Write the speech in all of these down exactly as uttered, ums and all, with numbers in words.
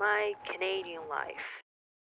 My Canadian Life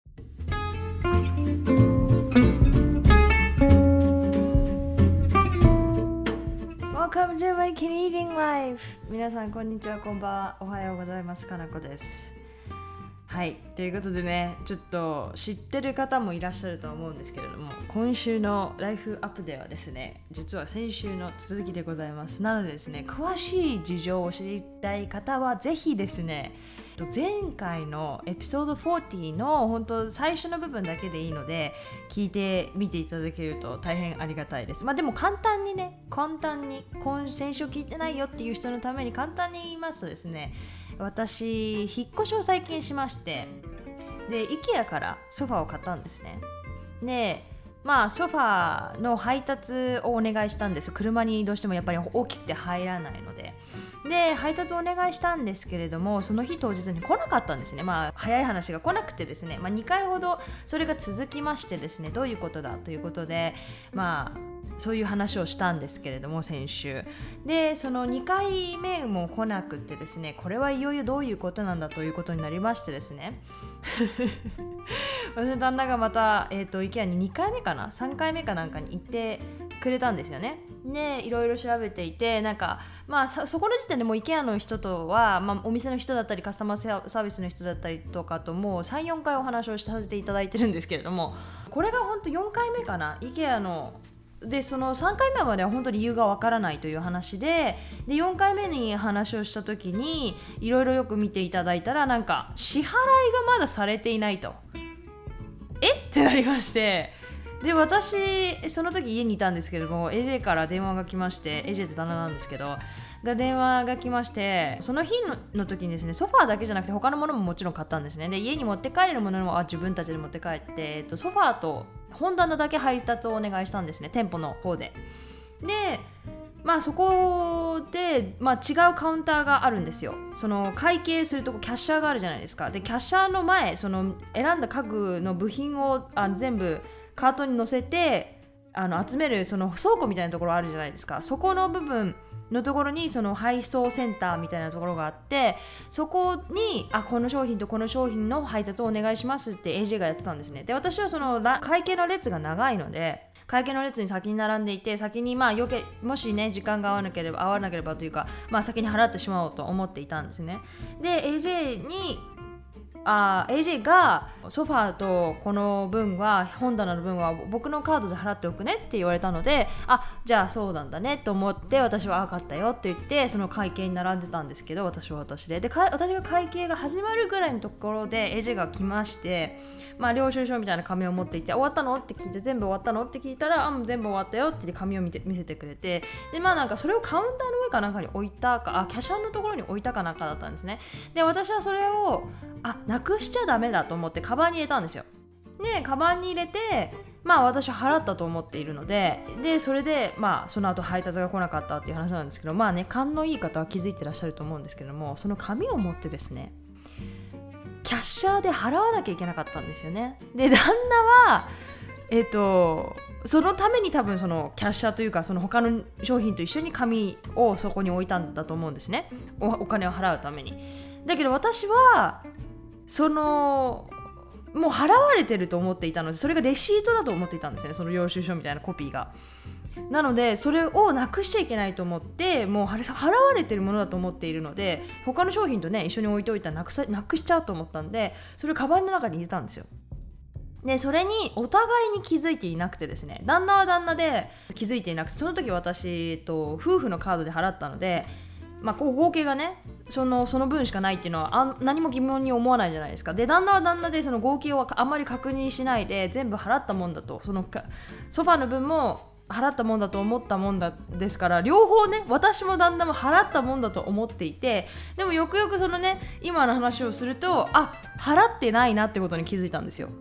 Welcome to my Canadian Life 皆さんこんにちは、こんばんは、おはようございます。かなこです。はい、ということでね、ちょっと知ってる方もいらっしゃると思うんですけれども、今週のライフアップではですね、実は先週の続きでございます。なのでですね、詳しい事情を知りたい方はぜひですね、前回のエピソードよんじゅうの本当最初の部分だけでいいので聞いてみていただけると大変ありがたいです。まあでも簡単にね、簡単に今先週聞いてないよっていう人のために簡単に言いますとですね、私引っ越しを最近しまして、で IKEA からソファーを買ったんですね。でまあソファーの配達をお願いしたんです。車にどうしてもやっぱり大きくて入らないのでで配達をお願いしたんですけれども、その日当日に来なかったんですね。まあ早い話が来なくてですね、まあ、にかいほどそれが続きましてですね、どういうことだということで、まあそういう話をしたんですけれども、先週でそのにかいめも来なくてですね、これはいよいよどういうことなんだということになりましてですね私の旦那がまた、えーと、IKEA ににかいめかなさんかいめかなんかに行ってくれたんですよね。でいろいろ調べていて、なんかまあそこの時点でもう IKEA の人とは、まあ、お店の人だったりカスタマーサービスの人だったりとかともう さん,よん 回お話をさせていただいてるんですけれども、これが本当よんかいめかな IKEA のでそのさんかいめまでは本当に理由がわからないという話で、でよんかいめに話をした時にいろいろよく見ていただいたら、なんか支払いがまだされていないとえってなりまして、で私その時家にいたんですけども エージェー から電話が来まして、 エージェー って旦那なんですけどが電話が来まして、その日 の, の時にですね、ソファーだけじゃなくて他のものももちろん買ったんですね。で家に持って帰るものもあ自分たちで持って帰って、えっと、ソファーと本棚だけ配達をお願いしたんですね、店舗の方で。でまあそこで、まあ、違うカウンターがあるんですよ。その会計するとこキャッシャーがあるじゃないですか。でキャッシャーの前、その選んだ家具の部品をあ全部カートに乗せてあの集めるその倉庫みたいなところあるじゃないですか。そこの部分のところにその配送センターみたいなところがあって、そこにあこの商品とこの商品の配達をお願いしますって エージェー がやってたんですね。で私はその会計の列が長いので、会計の列に先に並んでいて、先にまあ余計もしね時間が合わなければ合わなければというか、まあ先に払ってしまおうと思っていたんですね。で エージェー にあ エージェー がソファーとこの分は本棚の分は僕のカードで払っておくねって言われたので、あじゃあそうなんだねと思って私は分かったよって言ってその会計に並んでたんですけど、私は私でで私が会計が始まるぐらいのところで エージェー が来まして、まあ、領収書みたいな紙を持っていて、終わったのって聞いて、全部終わったのって聞いたら、あ全部終わったよって言って紙を見て見せてくれて、でまあなんかそれをカウンターの上かなんかに置いたか、あキャッシャーのところに置いたかなんかだったんですね。で私はそれをあなくしちゃダメだと思ってカバンに入れたんですよ。でカバンに入れて、まあ私は払ったと思っているので、でそれでまあその後配達が来なかったっていう話なんですけど、まあね勘のいい方は気づいてらっしゃると思うんですけども、その紙を持ってですねキャッシャーで払わなきゃいけなかったんですよね。で旦那はえっとそのために多分そのキャッシャーというかその他の商品と一緒に紙をそこに置いたんだと思うんですね、 お, お金を払うために。だけど私はそのもう払われてると思っていたので、それがレシートだと思っていたんですね、その領収書みたいなコピーが。なのでそれをなくしちゃいけないと思って、もう払われてるものだと思っているので、他の商品とね一緒に置いておいたらなくさなくしちゃうと思ったんで、それをカバンの中に入れたんですよ。でそれにお互いに気づいていなくてですね、旦那は旦那で気づいていなくて、その時私と夫婦のカードで払ったので、まあ、こう合計がねその、その分しかないっていうのはあ何も疑問に思わないじゃないですか。で旦那は旦那でその合計をあんまり確認しないで全部払ったもんだと、そのソファーの分も払ったもんだと思ったもんだですから、両方ね私も旦那も払ったもんだと思っていて、でもよくよくそのね今の話をすると、あ払ってないなってことに気づいたんですよ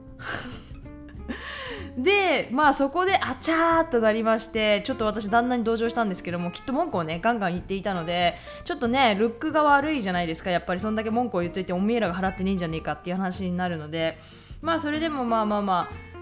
でまあそこであちゃーっとなりまして、ちょっと私旦那に同情したんですけども、きっと文句をねガンガン言っていたので、ちょっとねルックが悪いじゃないですか、やっぱりそんだけ文句を言っといておめえらが払ってねえんじゃねえかっていう話になるので、まあそれでもまあまあまあ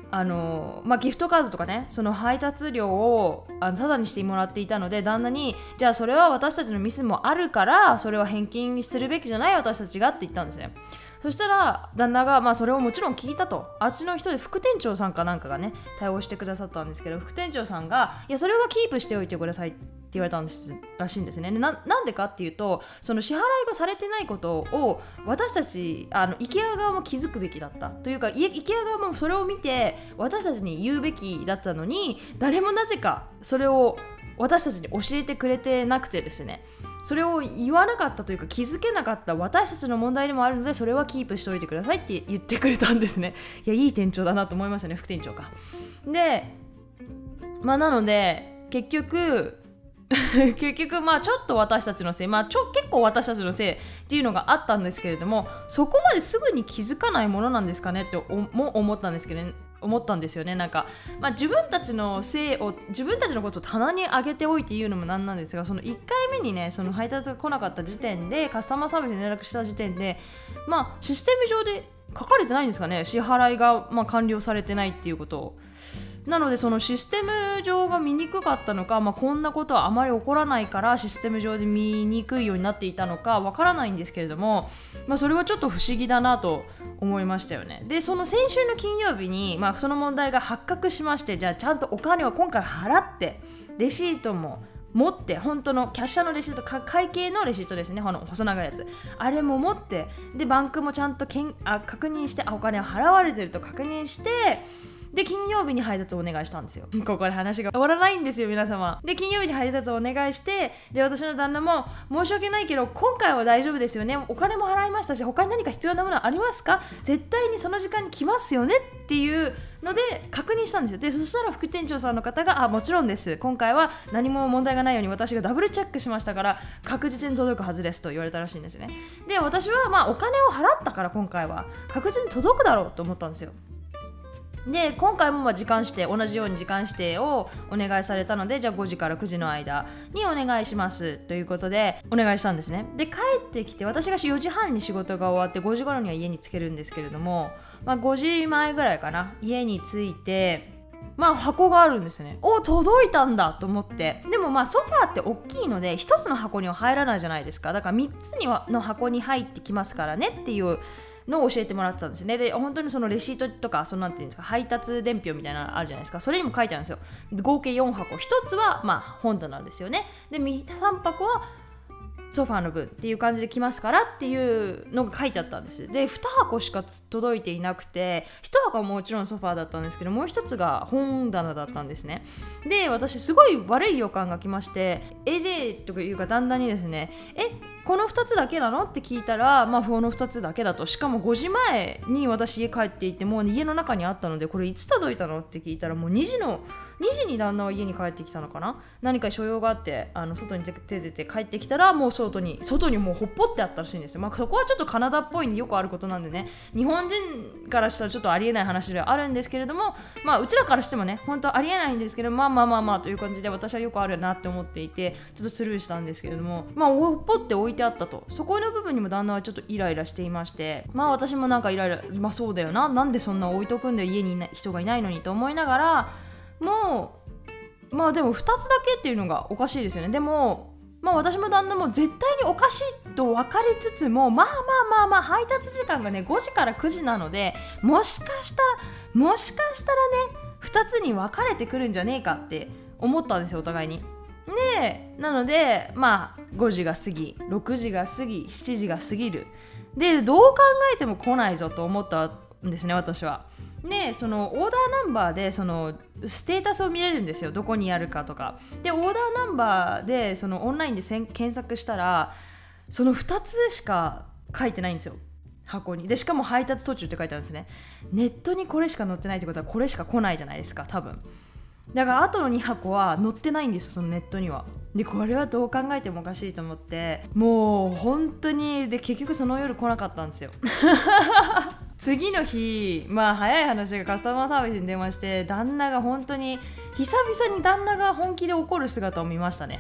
あのまあ、ギフトカードとかね、その配達料をあのタダにしてもらっていたので、旦那にじゃあそれは私たちのミスもあるからそれは返金するべきじゃない私たちがって言ったんですね。そしたら旦那が、まあ、それをもちろん聞いたと。あっちの人で副店長さんかなんかがね対応してくださったんですけど、副店長さんがいやそれはキープしておいてくださいって言われたんですらしいんですね。で な, なんでかっていうと、その支払いがされてないことを私たちあの IKEA 側も気づくべきだったというか、 IKEA 側もそれを見て私たちに言うべきだったのに、誰もなぜかそれを私たちに教えてくれてなくてですね、それを言わなかったというか気づけなかった私たちの問題でもあるので、それはキープしておいてくださいって言ってくれたんですね。いやいい店長だなと思いましたね、副店長か。でまあなので結局結局まあちょっと私たちのせい、まあちょ結構私たちのせいっていうのがあったんですけれども、そこまですぐに気づかないものなんですかねっても思ったんですけどね思ったんですよね。なんか、まあ、自分たちのせいを自分たちのことを棚に上げておいて言うのもなんなんですが、そのいっかいめにねその配達が来なかった時点でカスタマーサービスに連絡した時点で、まあシステム上で書かれてないんですかね、支払いがまあ完了されてないっていうことを。なのでそのシステム上が見にくかったのか、まあ、こんなことはあまり起こらないからシステム上で見にくいようになっていたのかわからないんですけれども、まあ、それはちょっと不思議だなと思いましたよね。でその先週の金曜日に、まあ、その問題が発覚しまして、じゃあちゃんとお金を今回払ってレシートも持って、本当のキャッシャーのレシート、会計のレシートですね、この細長いやつ、あれも持って、でバンクもちゃんとけんあ確認して、あお金は払われてると確認して、で金曜日に配達をお願いしたんですよ。ここで話が終わらないんですよ皆様。で金曜日に配達をお願いして、で私の旦那も申し訳ないけど今回は大丈夫ですよね、お金も払いましたし他に何か必要なものはありますか、絶対にその時間に来ますよねっていうので確認したんですよ。でそしたら副店長さんの方が、あもちろんです、今回は何も問題がないように私がダブルチェックしましたから確実に届くはずですと言われたらしいんですね。で私はまあお金を払ったから今回は確実に届くだろうと思ったんですよ。で今回もまあ時間指定、同じように時間指定をお願いされたので、じゃあごじからくじの間にお願いしますということでお願いしたんですね。で帰ってきて、私がよじはんに仕事が終わってごじ頃には家に着けるんですけれども、まあ、ごじまえぐらいかな、家に着いてまあ箱があるんですね。お届いたんだと思って、でもまあソファーって大きいのでひとつの箱には入らないじゃないですか。だからみっつにはの箱に入ってきますからねっていうのを教えてもらってたんですね。で本当にそのレシートとか、そのなんていうんですか、配達伝票みたいなのあるじゃないですか。それにも書いてあるんですよ。合計よんはこ、ひとつはまあ本棚ですよね。でさんぱこはソファーの分っていう感じで来ますからっていうのが書いてあったんです。でにはこしか届いていなくて、いちはこはもちろんソファーだったんですけど、もう一つが本棚だったんですね。で私すごい悪い予感が来まして、 エージェー とかいうか旦那にですね、えこのふたつだけなのって聞いたら、まあこのふたつだけだと。しかもごじまえに私家帰っていて、もう家の中にあったので、これいつ届いたのって聞いたら、もうにじのにじに旦那は家に帰ってきたのかな、何か所用があってあの外に出てて帰ってきたら、もう外に外にもうほっぽってあったらしいんですよ。まあそこはちょっとカナダっぽいんでよくあることなんでね、日本人からしたらちょっとありえない話ではあるんですけれども、まあうちらからしてもね本当ありえないんですけど、まあまあまあまあという感じで私はよくあるなって思っていて、ちょっとスルーしたんですけれども、まあほっぽって置いてあったと。そこの部分にも旦那はちょっとイライラしていまして、まあ私もなんかイライラ、まあそうだよな、なんでそんな置いとくんだよ、家にいない人がいないのにと思いながら、もうまあでもふたつだけっていうのがおかしいですよね。でもまあ私も旦那も絶対におかしいと分かりつつも、まあまあまあまあ配達時間がねごじからくじなので、もしかしたらもしかしたらねふたつに分かれてくるんじゃねえかって思ったんですよ、お互いに。でなのでまあごじが過ぎ、ろくじが過ぎ、しちじが過ぎる。でどう考えても来ないぞと思ったんですね、私は。でそのオーダーナンバーでそのステータスを見れるんですよ、どこにあるかとかで。オーダーナンバーでそのオンラインで検索したら、そのふたつしか書いてないんですよ、箱に。でしかも配達途中って書いてあるんですね。ネットにこれしか載ってないってことはこれしか来ないじゃないですか、多分。だからあとのにはこは載ってないんですよ、そのネットには。でこれはどう考えてもおかしいと思って、もう本当にで結局その夜来なかったんですよ次の日、まあ早い話がカスタマーサービスに電話して、旦那が本当に久々に旦那が本気で怒る姿を見ましたね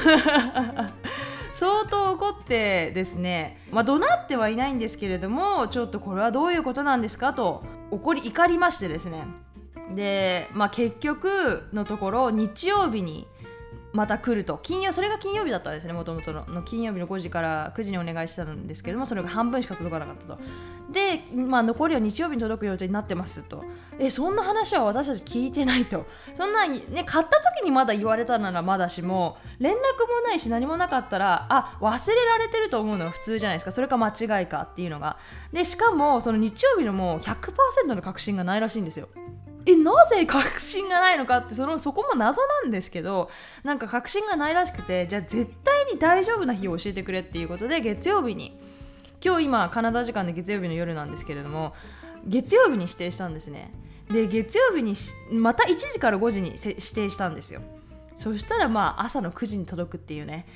相当怒ってですね、まあ怒鳴ってはいないんですけれども、ちょっとこれはどういうことなんですかと怒り怒りましてですね、 で、まあ、結局のところ日曜日にまた来ると、金曜それが金曜日だったんですね。もともとの金曜日のごじからくじにお願いしてたんですけども、それが半分しか届かなかったと。で、まあ、残りは日曜日に届く予定になってますと。えそんな話は私たち聞いてないと。そんな、ね、買った時にまだ言われたならまだしも、連絡もないし何もなかったら、あ忘れられてると思うのが普通じゃないですか。それか間違いかっていうのが。でしかもその日曜日のもう ひゃくパーセント の確信がないらしいんですよ。えなぜ確信がないのかって、そのそこも謎なんですけど、なんか確信がないらしくて、じゃあ絶対に大丈夫な日を教えてくれっていうことで、月曜日に、今日今カナダ時間で月曜日の夜なんですけれども、月曜日に指定したんですね。で月曜日にまたいちじからごじに指定したんですよ。そしたらまあ朝のくじに届くっていうね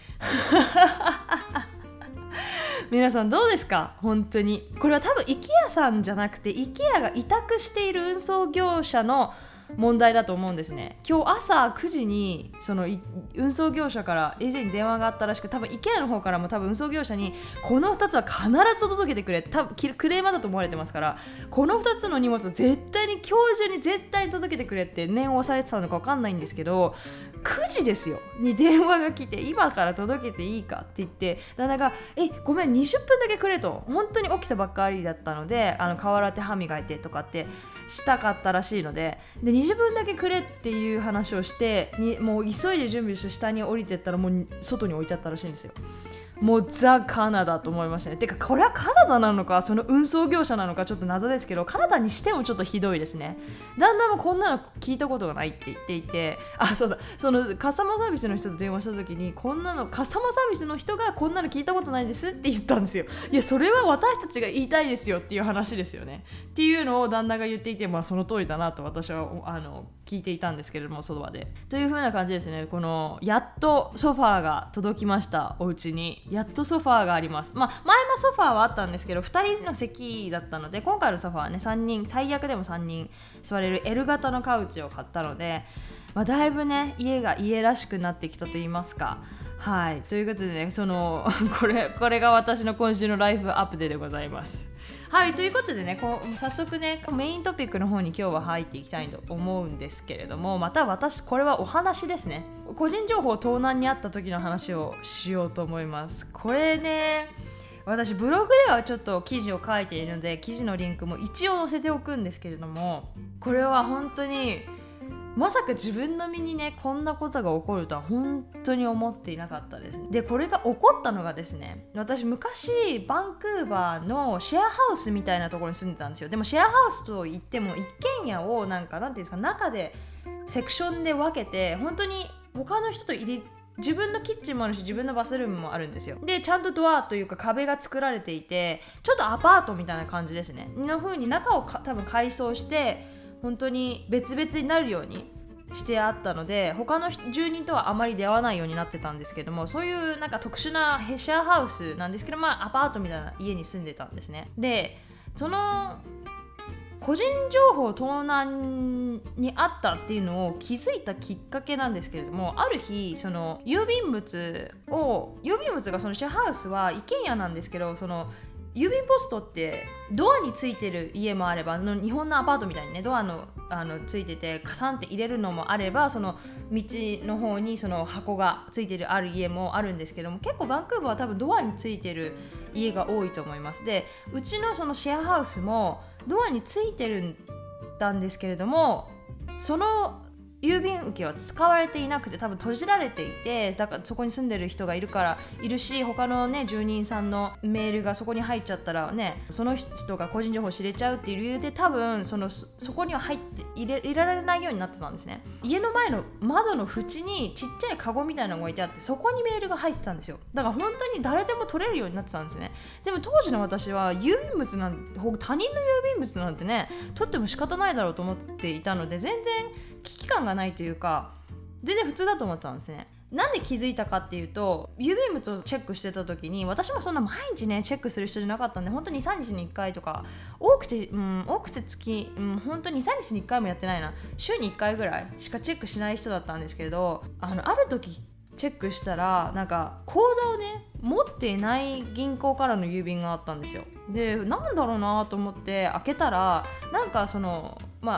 皆さんどうですか。本当にこれは多分 IKEA さんじゃなくて IKEA が委託している運送業者の問題だと思うんですね。今日朝くじにその運送業者から エージェー に電話があったらしく、多分 IKEA の方からも多分運送業者にこのふたつは必ず届けてくれ、多分クレーマーだと思われてますから、このふたつの荷物を絶対に今日中に絶対に届けてくれって念を押されてたのか分かんないんですけど、くじですよに電話が来て、今から届けていいかって言って、旦那がえごめんにじゅっぷんだけくれと、本当に起きたばっかりだったので、あの顔洗って歯磨いてとかってしたかったらしいので、でにじゅっぷんだけくれっていう話をしてに、もう急いで準備して下に降りてったらもう外に置いてあったらしいんですよ。もうザ・カナダと思いましたね。てかこれはカナダなのかその運送業者なのかちょっと謎ですけど、カナダにしてもちょっとひどいですね。旦那もこんなの聞いたことがないって言っていて、あそうだ、そのカスタマーサービスの人と電話した時に、こんなのカスタマーサービスの人がこんなの聞いたことないですって言ったんですよ。いやそれは私たちが言いたいですよっていう話ですよねっていうのを旦那が言っていて、まあその通りだなと私はあの聞いていたんですけれども、その場でという風な感じですね。このやっとソファーが届きました。お家にやっとソファーがあります。まあ前もソファーはあったんですけどふたりの席だったので、今回のソファーはねさんにん、最悪でもさんにん座れる L 型のカウチを買ったので、まあ、だいぶね家が家らしくなってきたと言いますか。はい、ということでね、そのこれこれが私の今週のライフアップデーでございます。はい、ということでね、こう早速ねメイントピックの方に今日は入っていきたいと思うんですけれども、また私これはお話ですね。個人情報盗難にあった時の話をしようと思います。これね、私ブログではちょっと記事を書いているので記事のリンクも一応載せておくんですけれども、これは本当にまさか自分の身にねこんなことが起こるとは本当に思っていなかったです。でこれが起こったのがですね、私昔バンクーバーのシェアハウスみたいなところに住んでたんですよ。でもシェアハウスといっても一軒家をなんかなんていうんですか、中でセクションで分けて、本当に他の人と入れ自分のキッチンもあるし自分のバスルームもあるんですよ。でちゃんとドアというか壁が作られていて、ちょっとアパートみたいな感じですねの風に中をか多分改装して本当に別々になるようにしてあったので、他の住人とはあまり出会わないようになってたんですけども、そういうなんか特殊なシェアハウスなんですけど、まあアパートみたいな家に住んでたんですね。でその個人情報盗難にあったっていうのを気づいたきっかけなんですけれども、ある日その郵便物を郵便物がそのシェアハウスは一軒家なんですけど、その郵便ポストってドアについてる家もあれば、の日本のアパートみたいにねドアのあのついててカサンって入れるのもあれば、その道の方にその箱がついてるある家もあるんですけども、結構バンクーバーは多分ドアについてる家が多いと思います。でうちのそのシェアハウスもドアについてるんだんですけれども、その郵便受けは使われていなくて多分閉じられていて、だからそこに住んでる人がいるからいるし、他のね住人さんのメールがそこに入っちゃったらね、その人が個人情報を知れちゃうっていう理由で多分そのそこには入って入れ入れられないようになってたんですね。家の前の窓の縁にちっちゃいカゴみたいなのが置いてあって、そこにメールが入ってたんですよ。だから本当に誰でも取れるようになってたんですね。でも当時の私は郵便物なんて他人の郵便物なんてね取っても仕方ないだろうと思っていたので、全然危機感がないというか全然普通だと思ったんですね。なんで気づいたかっていうと、郵便物をチェックしてた時に、私もそんな毎日ねチェックする人じゃなかったんで、本当ににさんにちにいっかいとか、多くて、うん、多くて月、うん、本当ににさんにちにいっかいもやってないな、週にいっかいぐらいしかチェックしない人だったんですけど、あのある時チェックしたらなんか口座をね持っていない銀行からの郵便があったんですよ。でなんだろうなと思って開けたら、なんかそのまあ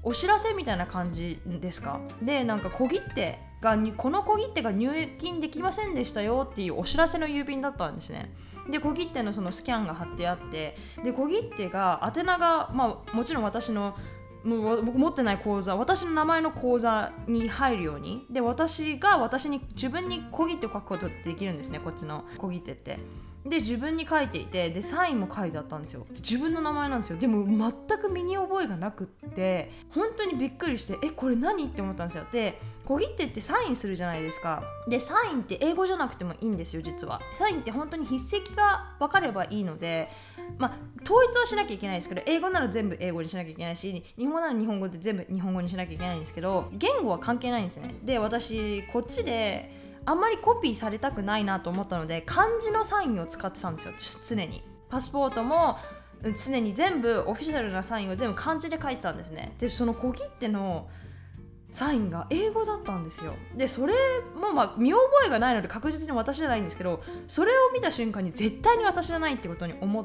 お知らせみたいな感じですか。でなんか小切手がこの小切手が入金できませんでしたよっていうお知らせの郵便だったんですね。で小切手のそのスキャンが貼ってあって、で小切手が宛名が、まあ、もちろん私のもう僕持ってない口座、私の名前の口座に入るように、で私が私に自分に小切手を書くことってできるんですね、こっちの小切手って。で自分に書いていて、でサインも書いてあったんですよ。自分の名前なんですよ。でも全く身に覚えがなくって、本当にびっくりして、えこれ何って思ったんですよ。で小切手ってサインするじゃないですか。でサインって英語じゃなくてもいいんですよ。実はサインって本当に筆跡が分かればいいので、まあ統一はしなきゃいけないですけど、英語なら全部英語にしなきゃいけないし、日本語なら日本語で全部日本語にしなきゃいけないんですけど、言語は関係ないんですね。で私こっちであんまりコピーされたくないなと思ったので、漢字のサインを使ってたんですよ。常にパスポートも常に全部オフィシャルなサインを全部漢字で書いてたんですね。でその小切手のサインが英語だったんですよ。でそれもまあ見覚えがないので確実に私じゃないんですけど、それを見た瞬間に絶対に私じゃないってことに思って、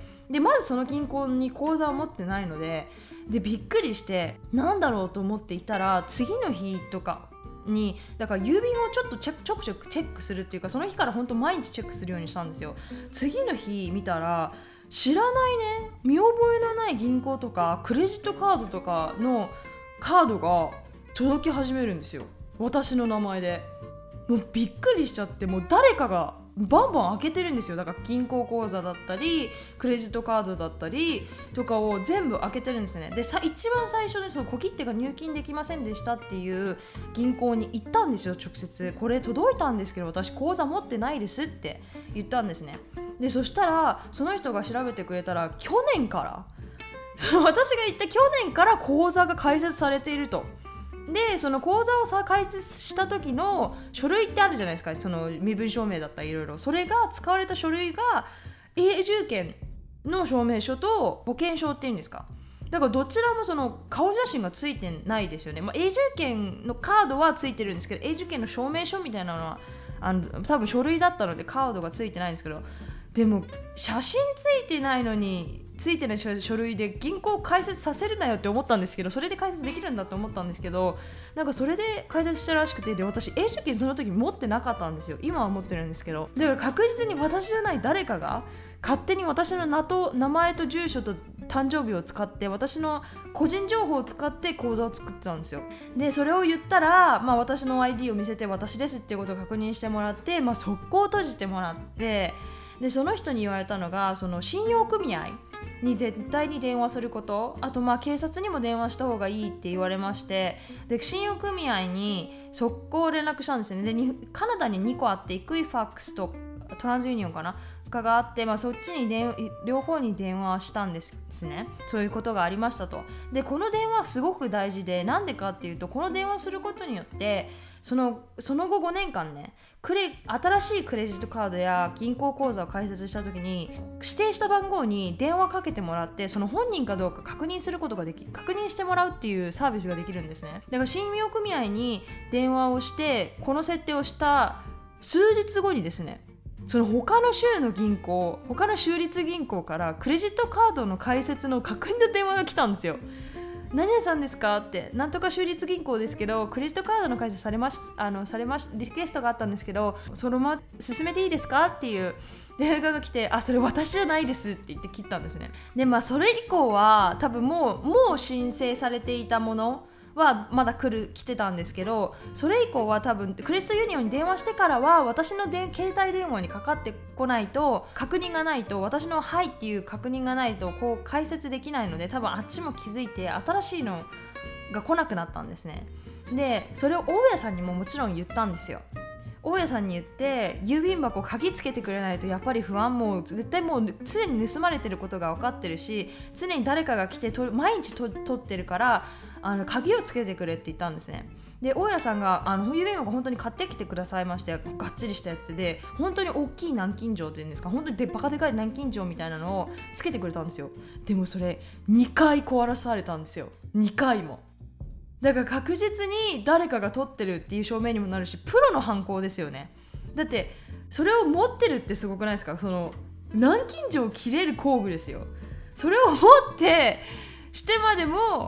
でまずその銀行に口座を持ってないので、でびっくりしてなんだろうと思っていたら、次の日とかにだから郵便をちょっとチェックちょくちょくチェックするっていうか、その日から本当毎日チェックするようにしたんですよ。次の日見たら、知らないね、見覚えのない銀行とかクレジットカードとかのカードが届き始めるんですよ、私の名前で。もうびっくりしちゃって、もう誰かがバンバン開けてるんですよ。だから銀行口座だったりクレジットカードだったりとかを全部開けてるんですね。でさ一番最初にその小切手が入金できませんでしたっていう銀行に行ったんですよ、直接。これ届いたんですけど私口座持ってないですって言ったんですね。でそしたらその人が調べてくれたら、去年からその私が言った去年から口座が開設されていると。でその口座をさ開設した時の書類ってあるじゃないですか、その身分証明だったりいろいろ、それが使われた書類が永住権の証明書と保険証っていうんですか。だからどちらもその顔写真がついてないですよね。まあ、永住権のカードはついてるんですけど、永住権の証明書みたいなのはあの多分書類だったのでカードがついてないんですけど、でも写真ついてないのについてない書類で銀行を開設させるなよって思ったんですけど、それで開設できるんだと思ったんですけど、なんかそれで開設したらしくて、で私永住権その時持ってなかったんですよ。今は持ってるんですけど、だから確実に私じゃない誰かが勝手に私の名と名前と住所と誕生日を使って私の個人情報を使って口座を作ってたんですよ。でそれを言ったら、まあ、私の アイディー を見せて私ですっていうことを確認してもらって、まあ、速攻閉じてもらって、でその人に言われたのが、その信用組合に絶対に電話すること、あとまあ警察にも電話した方がいいって言われまして、で信用組合に速攻連絡したんですね。でカナダににこあって、イクイファックスとトランスユニオンかなかがあって、まあ、そっちに電両方に電話したんですね。そういうことがありましたと。でこの電話すごく大事で、なんでかっていうと、この電話することによってその、その後ごねんかんね、クレ新しいクレジットカードや銀行口座を開設した時に指定した番号に電話かけてもらって、その本人かどうか確認することができ確認してもらうっていうサービスができるんですね。だから信用組合に電話をしてこの設定をした数日後にですね、その他の州の銀行、他の州立銀行からクレジットカードの開設の確認の電話が来たんですよ。何々さんですかって、なんとか州立銀行ですけどクレジットカードの開設されましあのされましリクエストがあったんですけど、そのまま進めていいですかっていう電話が来て、あそれ私じゃないですって言って切ったんですね。でまあそれ以降は多分もうもう申請されていたものはまだ来る来てたんですけど、それ以降は多分クレジットユニオンに電話してからは私ので携帯電話にかかってこないと、確認がないと、私のはいっていう確認がないとこう開設できないので、多分あっちも気づいて新しいのが来なくなったんですね。でそれを大家さんにももちろん言ったんですよ。大家さんに言って、郵便箱鍵つけてくれないとやっぱり不安、もう絶対もう常に盗まれてることが分かってるし、常に誰かが来てと毎日と取ってるからあの鍵をつけてくれって言ったんですね。で大家さんがあの郵便箱本当に買ってきてくださいまして、がっちりしたやつで本当に大きい南京錠っていうんですか、本当にでバカでかい南京錠みたいなのをつけてくれたんですよ。でもそれにかい壊らされたんですよ。にかいも。だから確実に誰かが取ってるっていう証明にもなるし、プロの犯行ですよね。だってそれを持ってるってすごくないですか。その南京錠を切れる工具ですよ。それを持ってしてまでも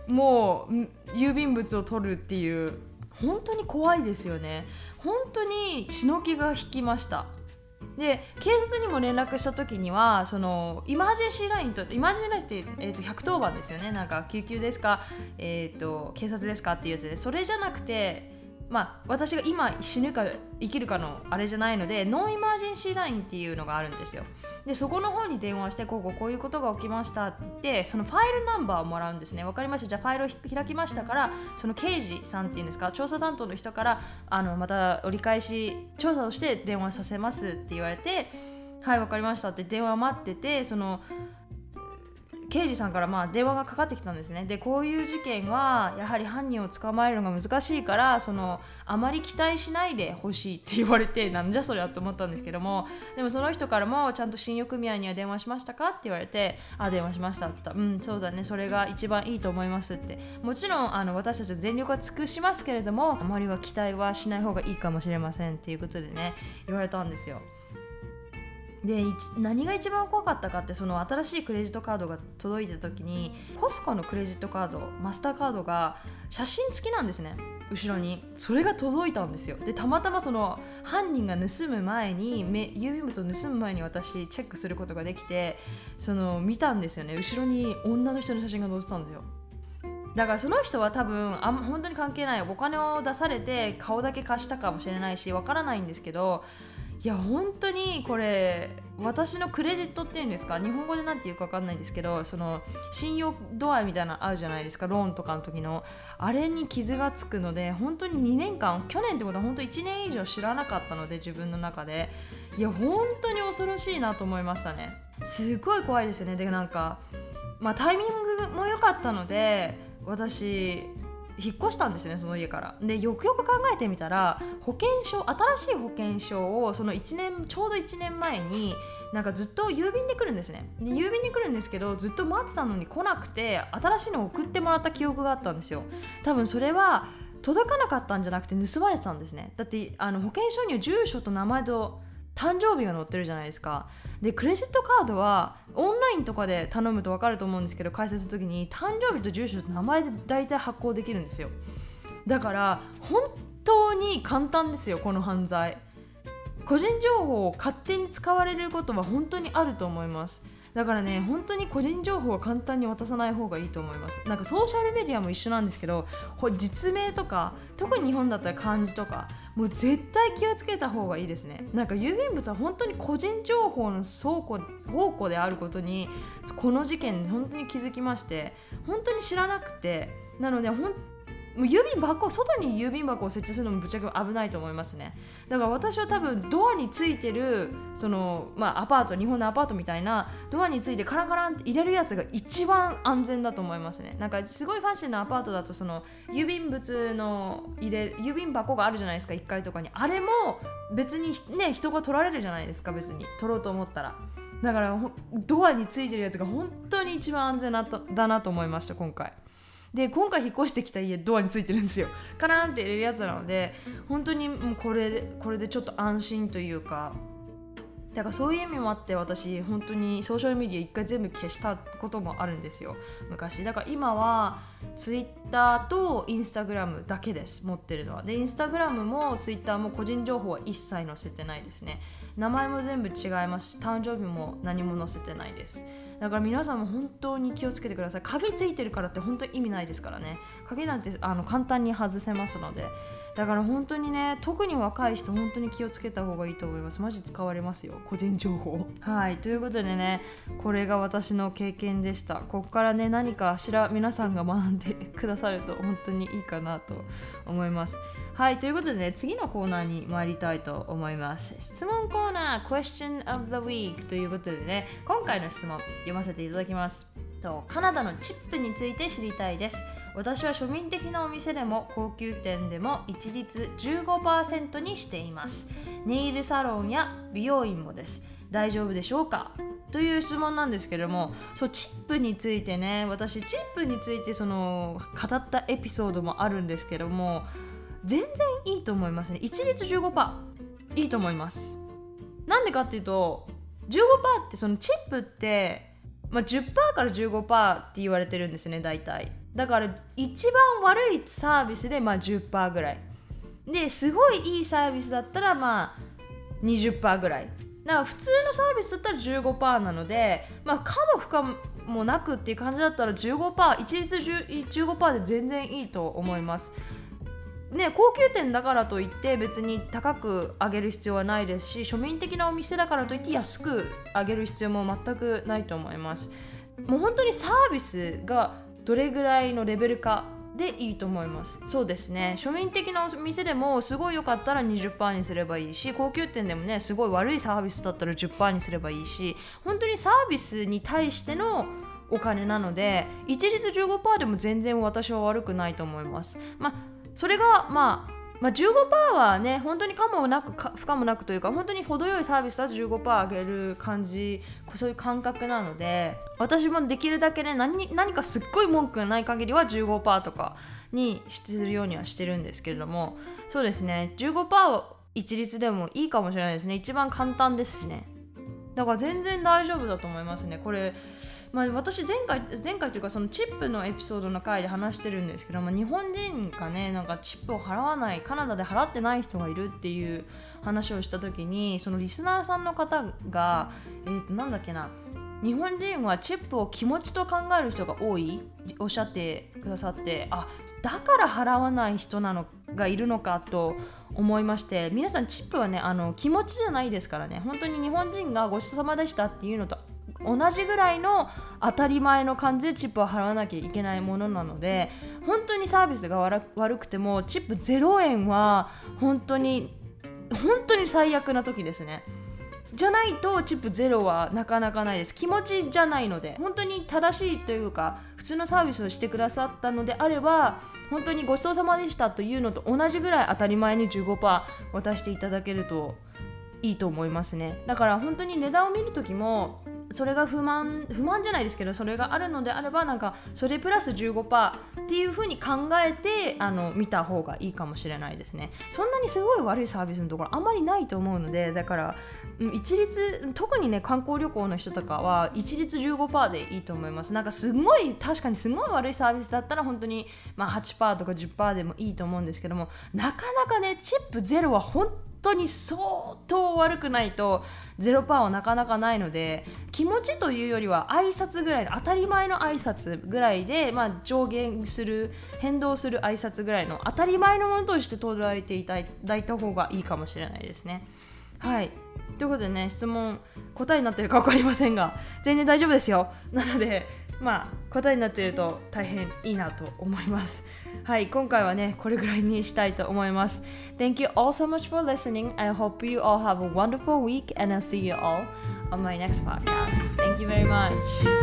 もう郵便物を取るっていう、本当に怖いですよね。本当に血の気が引きました。で警察にも連絡した時には、そのイマージェンシーラインとイマージェンシーラインって、えー、とひゃくとおばんですよね。なんか救急ですか、えー、と警察ですかっていうやつで、それじゃなくて、まあ、私が今死ぬか生きるかのあれじゃないので、ノンイマージェンシーラインっていうのがあるんですよ。でそこの方に電話して、こうこうこういうことが起きましたって言って、そのファイルナンバーをもらうんですね。わかりました、じゃあファイルを開きましたから、その刑事さんっていうんですか、調査担当の人からあのまた折り返し調査をして電話させますって言われて、はいわかりましたって電話を待ってて、その刑事さんからまあ電話がかかってきたんですね。でこういう事件はやはり犯人を捕まえるのが難しいから、そのあまり期待しないでほしいって言われて、なんじゃそりゃと思ったんですけども、でもその人からもちゃんと信用組合には電話しましたかって言われて、あ電話しましたって言ったら、うんそうだね、それが一番いいと思いますって。もちろんあの私たちは全力は尽くしますけれども、あまりは期待はしない方がいいかもしれませんっていうことでね言われたんですよ。で何が一番怖かったかって、その新しいクレジットカードが届いた時に、コスコのクレジットカード、マスターカードが写真付きなんですね、後ろに。それが届いたんですよ。でたまたまその犯人が盗む前に、郵便物を盗む前に私チェックすることができて、その見たんですよね。後ろに女の人の写真が載ってたんだよ。だからその人は多分あん本当に関係ない、お金を出されて顔だけ貸したかもしれないし、わからないんですけど、いや本当にこれ私のクレジットっていうんですか、日本語でなんていうか分かんないんですけど、その信用度合いみたいなのあるじゃないですか、ローンとかの時のあれに傷がつくので、本当ににねんかん、去年ってことは本当いちねん以上知らなかったので、自分の中でいや本当に恐ろしいなと思いましたね。すごい怖いですよね。でなんか、まあ、タイミングも良かったので私引っ越したんですね、その家から。でよくよく考えてみたら、保険証、新しい保険証をそのいちねんちょうどいちねんまえになんかずっと郵便で来るんですね。で郵便で来るんですけど、ずっと待ってたのに来なくて、新しいのを送ってもらった記憶があったんですよ。多分それは届かなかったんじゃなくて盗まれてたんですね。だってあの保険証には住所と名前と誕生日が載ってるじゃないですか。でクレジットカードはオンラインとかで頼むと分かると思うんですけど、解説の時に誕生日と住所と名前で大体発行できるんですよ。だから本当に簡単ですよ、この犯罪。個人情報を勝手に使われることは本当にあると思います。だからね、本当に個人情報は簡単に渡さない方がいいと思います。なんかソーシャルメディアも一緒なんですけど、実名とか、特に日本だったら漢字とか、もう絶対気をつけた方がいいですね。なんか郵便物は本当に個人情報の倉庫、宝庫であることに、この事件本当に気づきまして、本当に知らなくて、なのでほんもう郵便箱、外に郵便箱を設置するのもぶっちゃけ危ないと思いますね。だから私は多分ドアについてるその、まあ、アパート、日本のアパートみたいなドアについてカランカランって入れるやつが一番安全だと思いますね。なんかすごいファンシーなアパートだと、その郵便物の入れ郵便箱があるじゃないですか、いっかいとかに。あれも別にね、人が取られるじゃないですか、別に取ろうと思ったら。だからドアについてるやつが本当に一番安全だなと思いました、今回。で今回引っ越してきた家、ドアについてるんですよ。カラーンって入れるやつなので、本当にもうこれでこれでちょっと安心というか、だからそういう意味もあって、私本当にソーシャルメディア一回全部消したこともあるんですよ、昔。だから今はツイッターとインスタグラムだけです、持ってるのは。でインスタグラムもツイッターも個人情報は一切載せてないですね。名前も全部違いますし、誕生日も何も載せてないです。だから皆さんも本当に気をつけてください。鍵ついてるからって本当に意味ないですからね。鍵なんてあの簡単に外せますので。だから本当にね、特に若い人本当に気をつけた方がいいと思います。マジ使われますよ、個人情報。はい、ということでね、これが私の経験でした。ここからね、何かしら皆さんが学んでくださると本当にいいかなと思います。はい、ということでね、次のコーナーに参りたいと思います。質問コーナー Question of the Week ということでね、今回の質問読ませていただきます。とカナダのチップについて知りたいです。私は庶民的なお店でも高級店でも一律 じゅうごパーセント にしています。ネイルサロンや美容院もです。大丈夫でしょうかという質問なんですけれども、そうチップについてね、私チップについてその語ったエピソードもあるんですけども、全然いいと思いますね。一律 じゅうごパーセント いいと思います。なんでかっていうと じゅうごパーセント ってそのチップって、 まあ、じゅっパーセント から じゅうごパーセント って言われてるんですね、大体。だから一番悪いサービスでまあ じゅっパーセント ぐらいですごいいいサービスだったらまあ にじゅっパーセント ぐらい。だから普通のサービスだったら じゅうごパーセント なので、まあ、可も不可もなくっていう感じだったら じゅうごパーセント、一律 じゅうごパーセント で全然いいと思います。ね、高級店だからといって別に高く上げる必要はないですし、庶民的なお店だからといって安く上げる必要も全くないと思います。もう本当にサービスがどれぐらいのレベルかでいいと思います。そうですね、庶民的なお店でもすごい良かったら にじゅっパーセント にすればいいし、高級店でもねすごい悪いサービスだったら じゅっパーセント にすればいいし、本当にサービスに対してのお金なので一律 じゅうごパーセント でも全然私は悪くないと思います。まあそれがまあまあ、じゅうごパーセント はね本当に可もなくか不可もなくというか、本当に程よいサービスだと じゅうごパーセント 上げる感じ、そういう感覚なので、私もできるだけね 何, 何かすっごい文句がない限りは じゅうごパーセント とかにするようにはしてるんですけれども、そうですね じゅうごパーセント は一律でもいいかもしれないですね。一番簡単ですしね。だから全然大丈夫だと思いますね。これまあ、私前回前回というかそのチップのエピソードの回で話してるんですけど、まあ、日本人がねなんかチップを払わない、カナダで払ってない人がいるっていう話をした時に、そのリスナーさんの方が、えーと、なんだっけな、日本人はチップを気持ちと考える人が多いおっしゃってくださって、あ、だから払わない人なのがいるのかと思いまして、皆さんチップはねあの気持ちじゃないですからね。本当に日本人がごちそうさまでしたっていうのと同じぐらいの当たり前の感じでチップを払わなきゃいけないものなので、本当にサービスが悪、悪くてもチップゼロえんは本当に本当に最悪な時ですね。じゃないとチップゼロはなかなかないです。気持ちじゃないので、本当に正しいというか普通のサービスをしてくださったのであれば、本当にごちそうさまでしたというのと同じぐらい当たり前に じゅうごパーセント 渡していただけるといいと思いますね。だから本当に値段を見るときもそれが不満不満じゃないですけど、それがあるのであればなんかそれプラス じゅうごパーセント っていう風に考えてあの見た方がいいかもしれないですね。そんなにすごい悪いサービスのところあんまりないと思うので、だから一律、特にね観光旅行の人とかは一律 じゅうごパーセント でいいと思います。なんかすごい確かにすごい悪いサービスだったら本当にまあ はちパーセント とか じゅっパーセント でもいいと思うんですけども、なかなかねチップゼロは本当に相当悪くないとゼロパーセントはなかなかないので、気持ちというよりは挨拶ぐらいの当たり前の挨拶ぐらいで、まあ、上限する変動する挨拶ぐらいの当たり前のものとして捉えていただいた方がいいかもしれないですね。はい、ということでね、質問答えになってるか分かりませんが全然大丈夫ですよ。なのでまあ答えになっていると大変いいなと思います。はい、今回はねこれぐらいにしたいと思います。 Thank you all so much for listening. I hope you all have a wonderful week and I'll see you all on my next podcast. Thank you very much.